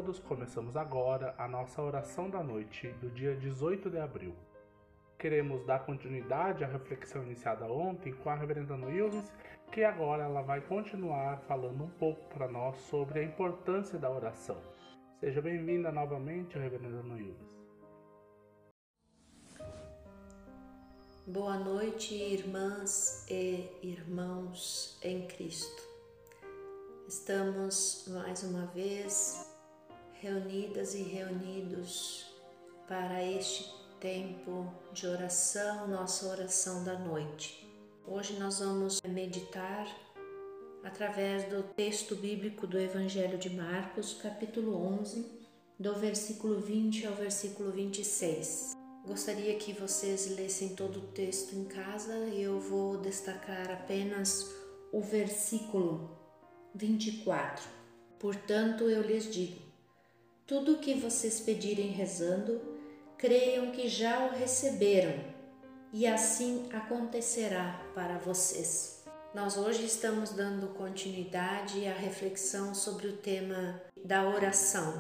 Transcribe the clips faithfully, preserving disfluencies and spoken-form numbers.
todos, começamos agora a nossa oração da noite do dia dezoito de abril. Queremos dar continuidade à reflexão iniciada ontem com a reverenda Nuilves, que agora ela vai continuar falando um pouco para nós sobre a importância da oração. Seja bem-vinda novamente, reverenda Nuilves. Boa noite, irmãs e irmãos em Cristo. Estamos mais uma vez reunidas e reunidos para este tempo de oração, nossa oração da noite. Hoje nós vamos meditar através do texto bíblico do Evangelho de Marcos, capítulo onze, do versículo vinte ao versículo vinte e seis. Gostaria que vocês lessem todo o texto em casa e eu vou destacar apenas o versículo vinte e quatro. Portanto, eu lhes digo, tudo o que vocês pedirem rezando, creiam que já o receberam, e assim acontecerá para vocês. Nós hoje estamos dando continuidade à reflexão sobre o tema da oração.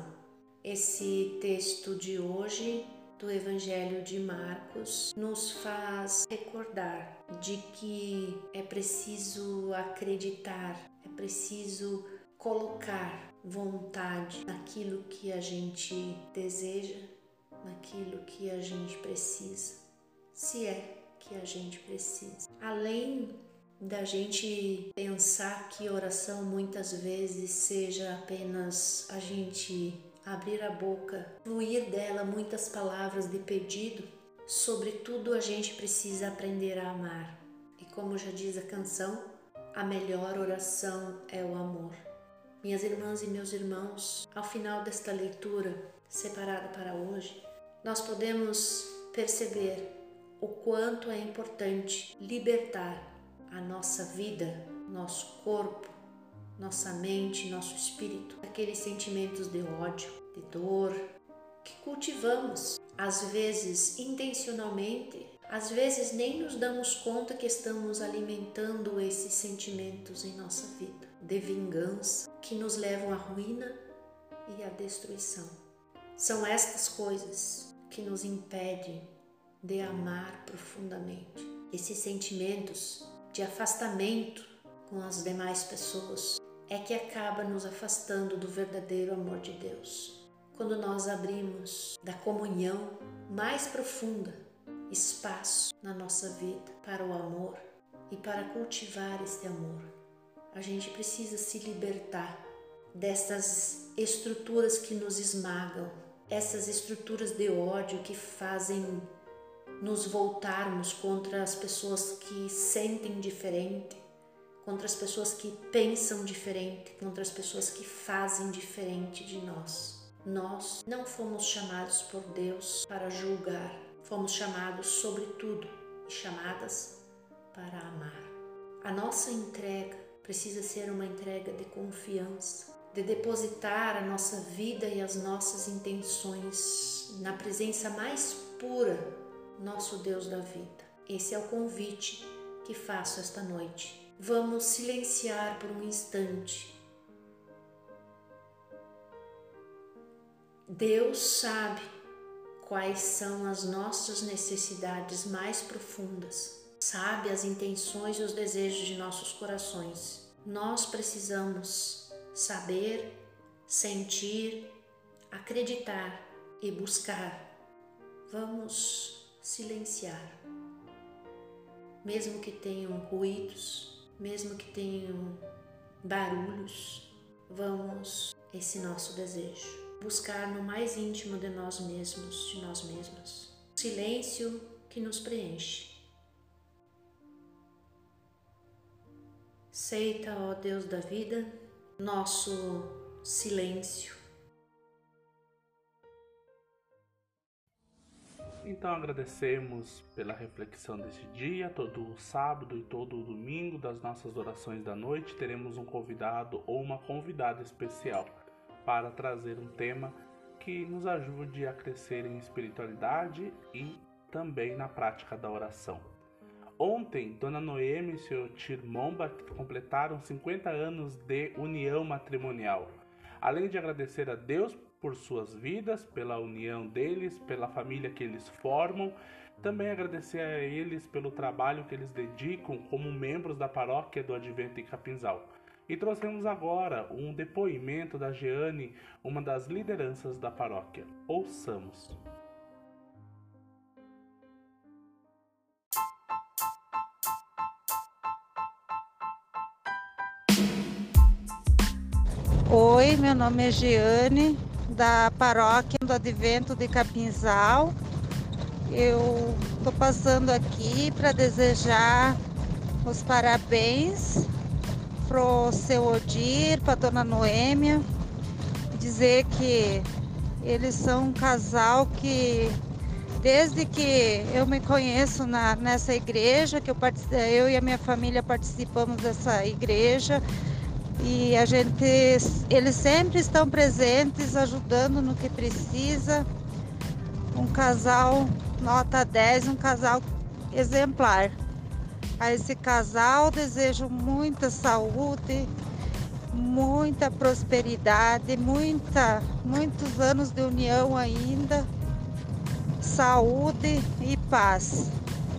Esse texto de hoje do Evangelho de Marcos nos faz recordar de que é preciso acreditar, é preciso colocar vontade naquilo que a gente deseja, naquilo que a gente precisa, se é que a gente precisa. Além da gente pensar que oração muitas vezes seja apenas a gente abrir a boca, fluir dela muitas palavras de pedido, sobretudo a gente precisa aprender a amar. E como já diz a canção, a melhor oração é o amor. Minhas irmãs e meus irmãos, ao final desta leitura separada para hoje, nós podemos perceber o quanto é importante libertar a nossa vida, nosso corpo, nossa mente, nosso espírito, daqueles sentimentos de ódio, de dor, que cultivamos, às vezes intencionalmente, às vezes nem nos damos conta que estamos alimentando esses sentimentos em nossa vida, de vingança, que nos levam à ruína e à destruição. São estas coisas que nos impedem de amar profundamente. Esses sentimentos de afastamento com as demais pessoas é que acaba nos afastando do verdadeiro amor de Deus. Quando nós abrimos da comunhão mais profunda espaço na nossa vida para o amor e para cultivar este amor, a gente precisa se libertar dessas estruturas que nos esmagam, essas estruturas de ódio que fazem nos voltarmos contra as pessoas que sentem diferente, contra as pessoas que pensam diferente, contra as pessoas que fazem diferente de nós. Nós não fomos chamados por Deus para julgar, fomos chamados sobretudo e chamadas para amar. A nossa entrega precisa ser uma entrega de confiança, de depositar a nossa vida e as nossas intenções na presença mais pura, nosso Deus da vida. Esse é o convite que faço esta noite. Vamos silenciar por um instante. Deus sabe quais são as nossas necessidades mais profundas, sabe as intenções e os desejos de nossos corações. Nós precisamos saber, sentir, acreditar e buscar. Vamos silenciar. Mesmo que tenham ruídos, mesmo que tenham barulhos, vamos esse nosso desejo. Buscar no mais íntimo de nós mesmos, de nós mesmas. O silêncio que nos preenche. Aceita, ó Deus da vida, nosso silêncio. Então agradecemos pela reflexão desse dia. Todo sábado e todo domingo das nossas orações da noite teremos um convidado ou uma convidada especial para trazer um tema que nos ajude a crescer em espiritualidade e também na prática da oração. Ontem, Dona Noemi e seu tio Momba completaram cinquenta anos de união matrimonial. Além de agradecer a Deus por suas vidas, pela união deles, pela família que eles formam. Também agradecer a eles pelo trabalho que eles dedicam como membros da paróquia do Advento em Capinzal. E trouxemos agora um depoimento da Jeane, uma das lideranças da paróquia. Ouçamos. Oi, meu nome é Jeane, da paróquia do Advento de Capinzal. Eu estou passando aqui para desejar os parabéns para o seu Odir, para a dona Noêmia, dizer que eles são um casal que, desde que eu me conheço na, nessa igreja, que eu, eu e a minha família participamos dessa igreja, e a gente, eles sempre estão presentes, ajudando no que precisa. Um casal nota dez, um casal exemplar. A esse casal desejo muita saúde, muita prosperidade, muita, muitos anos de união ainda, saúde e paz.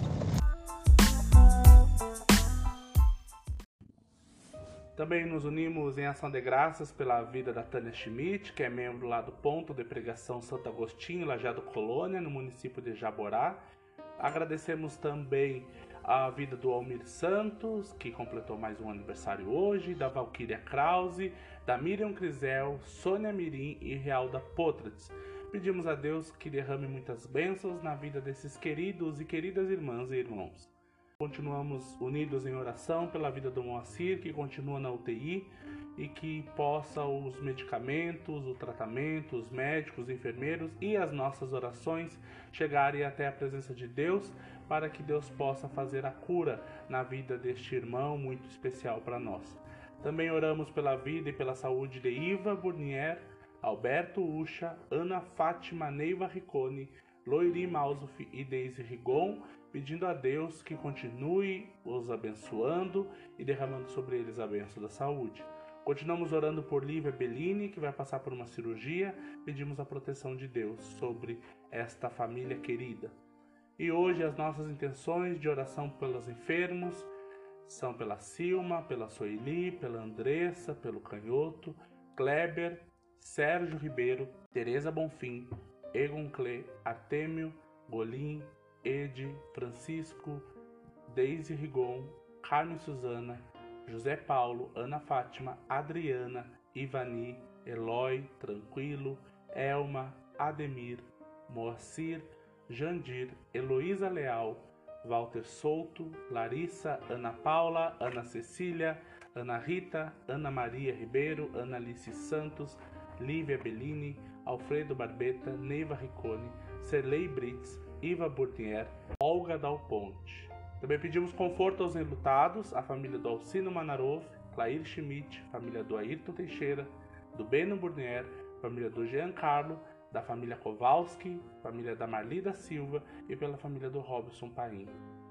Também nos unimos em ação de graças pela vida da Tânia Schmidt, que é membro lá do Ponto de Pregação Santo Agostinho, Lajeado Colônia, no município de Jaborá. Agradecemos também a vida do Almir Santos, que completou mais um aniversário hoje, da Valquíria Krause, da Miriam Crisel, Sônia Mirim e Realda Potratz. Pedimos a Deus que derrame muitas bênçãos na vida desses queridos e queridas irmãs e irmãos. Continuamos unidos em oração pela vida do Moacir, que continua na U T I, e que possa os medicamentos, o tratamento, os médicos, os enfermeiros e as nossas orações chegarem até a presença de Deus, para que Deus possa fazer a cura na vida deste irmão muito especial para nós. Também oramos pela vida e pela saúde de Iva Burnier, Alberto Ucha, Ana Fátima Neiva Riccone, Loiri Mausuf e Deise Rigon, pedindo a Deus que continue os abençoando e derramando sobre eles a bênção da saúde. Continuamos orando por Lívia Bellini, que vai passar por uma cirurgia. Pedimos a proteção de Deus sobre esta família querida. E hoje as nossas intenções de oração pelos enfermos são pela Silma, pela Soeli, pela Andressa, pelo Canhoto, Kleber, Sérgio Ribeiro, Tereza Bonfim, Egon Clé, Artêmio, Golim, Edi, Francisco, Deise Rigon, Carmen Suzana, José Paulo, Ana Fátima, Adriana, Ivani, Eloy, Tranquilo, Elma, Ademir, Moacir, Jandir, Heloísa Leal, Walter Souto, Larissa, Ana Paula, Ana Cecília, Ana Rita, Ana Maria Ribeiro, Ana Alice Santos, Lívia Bellini, Alfredo Barbeta, Neiva Riccone, Serlei Brits, Iva Burnier, Olga Dal Ponte. Também pedimos conforto aos enlutados, a família do Alcino Manarov, Clair Schmidt, família do Ayrton Teixeira, do Beno Burnier, família do Jean Carlo, da família Kowalski, família da Marli da Silva e pela família do Robson Paim.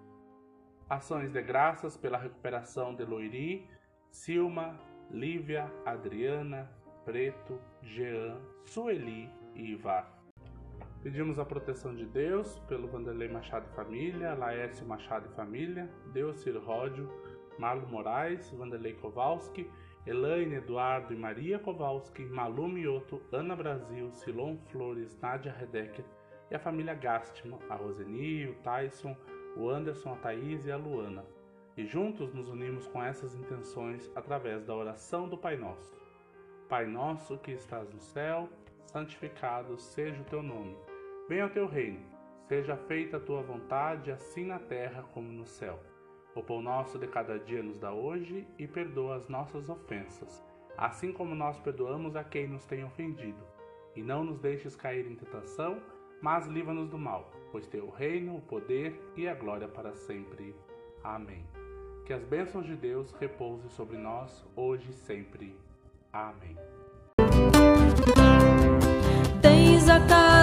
Ações de graças pela recuperação de Loiri, Silma, Lívia, Adriana, Preto, Jean, Sueli e Ivar. Pedimos a proteção de Deus pelo Vanderlei Machado e família, Laércio Machado e família, Deocir Ródio, Marlo Moraes, Vanderlei Kowalski, Elaine, Eduardo e Maria Kowalski, Malu Mioto, Ana Brasil, Silon Flores, Nádia Redecker e a família Gastman, a Roseni, o Tyson, o Anderson, a Thaís e a Luana. E juntos nos unimos com essas intenções através da oração do Pai Nosso. Pai nosso que estás no céu, santificado seja o teu nome. Venha o teu reino, seja feita a tua vontade, assim na terra como no céu. O pão nosso de cada dia nos dá hoje e perdoa as nossas ofensas, assim como nós perdoamos a quem nos tem ofendido. E não nos deixes cair em tentação, mas livra-nos do mal, pois teu o reino, o poder e a glória para sempre. Amém. Que as bênçãos de Deus repousem sobre nós, hoje e sempre. Amém. Tens a